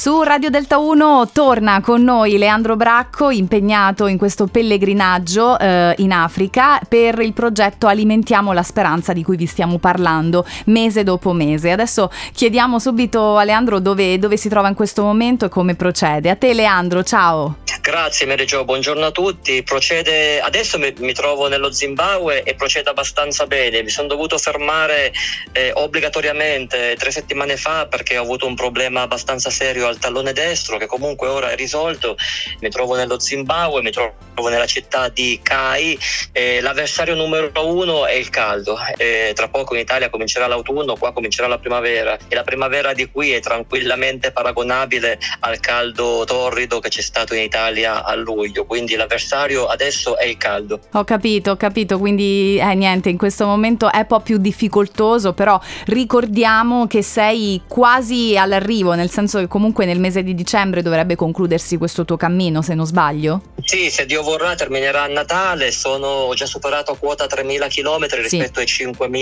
Su Radio Delta 1 torna con noi Leandro Bracco, impegnato in questo pellegrinaggio in Africa per il progetto Alimentiamo la Speranza di cui vi stiamo parlando mese dopo mese. Adesso chiediamo subito a Leandro dove si trova in questo momento e come procede. A te Leandro, ciao. Grazie Mary Jo, buongiorno a tutti. Procede adesso, mi trovo nello Zimbabwe e procede abbastanza bene. Mi sono dovuto fermare obbligatoriamente 3 settimane fa perché ho avuto un problema abbastanza serio al tallone destro, che comunque ora è risolto. Mi trovo nello Zimbabwe, mi trovo nella città di Kai. L'avversario numero 1 è il caldo. Tra poco in Italia comincerà l'autunno, qua comincerà la primavera, e la primavera di qui è tranquillamente paragonabile al caldo torrido che c'è stato in Italia a luglio, quindi l'avversario adesso è il caldo. Ho capito, quindi niente, in questo momento è un po' più difficoltoso, però ricordiamo che sei quasi all'arrivo, nel senso che comunque nel mese di dicembre dovrebbe concludersi questo tuo cammino, se non sbaglio? Sì, se Dio vorrà terminerà a Natale. Ho già superato quota 3.000 chilometri rispetto ai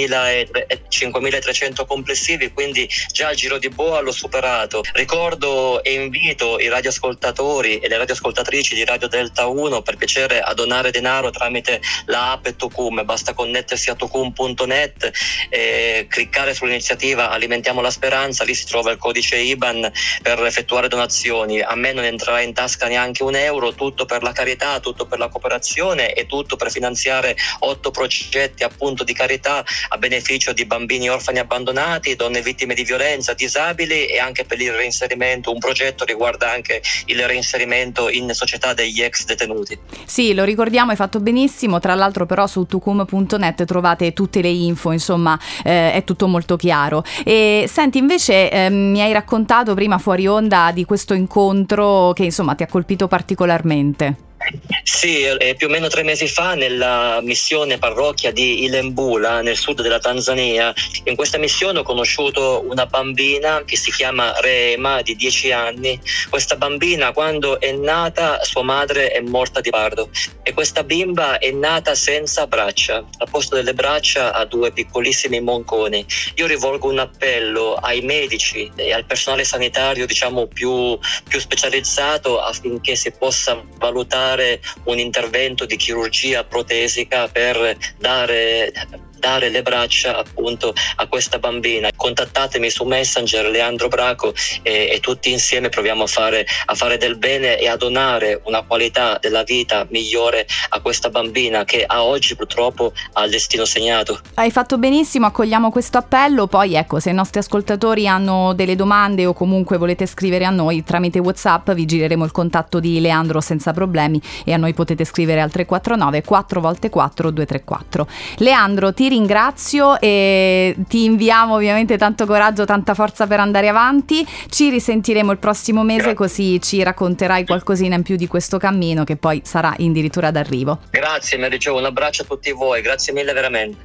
5.300 complessivi, quindi già il giro di boa l'ho superato. Ricordo e invito i radioascoltatori e le radioascoltatrici di Radio Delta 1 per piacere a donare denaro tramite la app Tucum. Basta connettersi a tucum.net e cliccare sull'iniziativa Alimentiamo la Speranza. Lì si trova il codice IBAN per effettuare donazioni. A me non entrerà in tasca neanche un euro, tutto per la carità, tutto per la cooperazione e tutto per finanziare 8 progetti appunto di carità a beneficio di bambini orfani abbandonati, donne vittime di violenza, disabili, e anche per il reinserimento. Un progetto riguarda anche il reinserimento in società degli ex detenuti. Sì, lo ricordiamo, hai fatto benissimo. Tra l'altro però su tucum.net trovate tutte le info, insomma è tutto molto chiaro. E senti, invece mi hai raccontato prima fuori onda di questo incontro che insomma ti ha colpito particolarmente. Sì, più o meno 3 mesi fa nella missione parrocchia di Ilembula nel sud della Tanzania. In questa missione ho conosciuto una bambina che si chiama Rema, di 10 anni. Questa bambina, quando è nata, sua madre è morta di parto e questa bimba è nata senza braccia. Al posto delle braccia ha 2 piccolissimi monconi. Io rivolgo un appello ai medici e al personale sanitario, diciamo più specializzato, affinché si possa valutare un intervento di chirurgia protesica per dare le braccia appunto a questa bambina. Contattatemi su Messenger, Leandro Bracco, e tutti insieme proviamo a fare del bene e a donare una qualità della vita migliore a questa bambina che a oggi purtroppo ha il destino segnato. Hai fatto benissimo, accogliamo questo appello. Poi ecco, se i nostri ascoltatori hanno delle domande o comunque volete scrivere a noi tramite WhatsApp, vi gireremo il contatto di Leandro senza problemi e a noi potete scrivere al 349 4x4 234. Leandro, ti ringrazio e ti inviamo ovviamente tanto coraggio, tanta forza per andare avanti. Ci risentiremo il prossimo mese, così ci racconterai qualcosina in più di questo cammino che poi sarà addirittura d'arrivo. Grazie Mary Jo, un abbraccio a tutti voi, grazie mille veramente.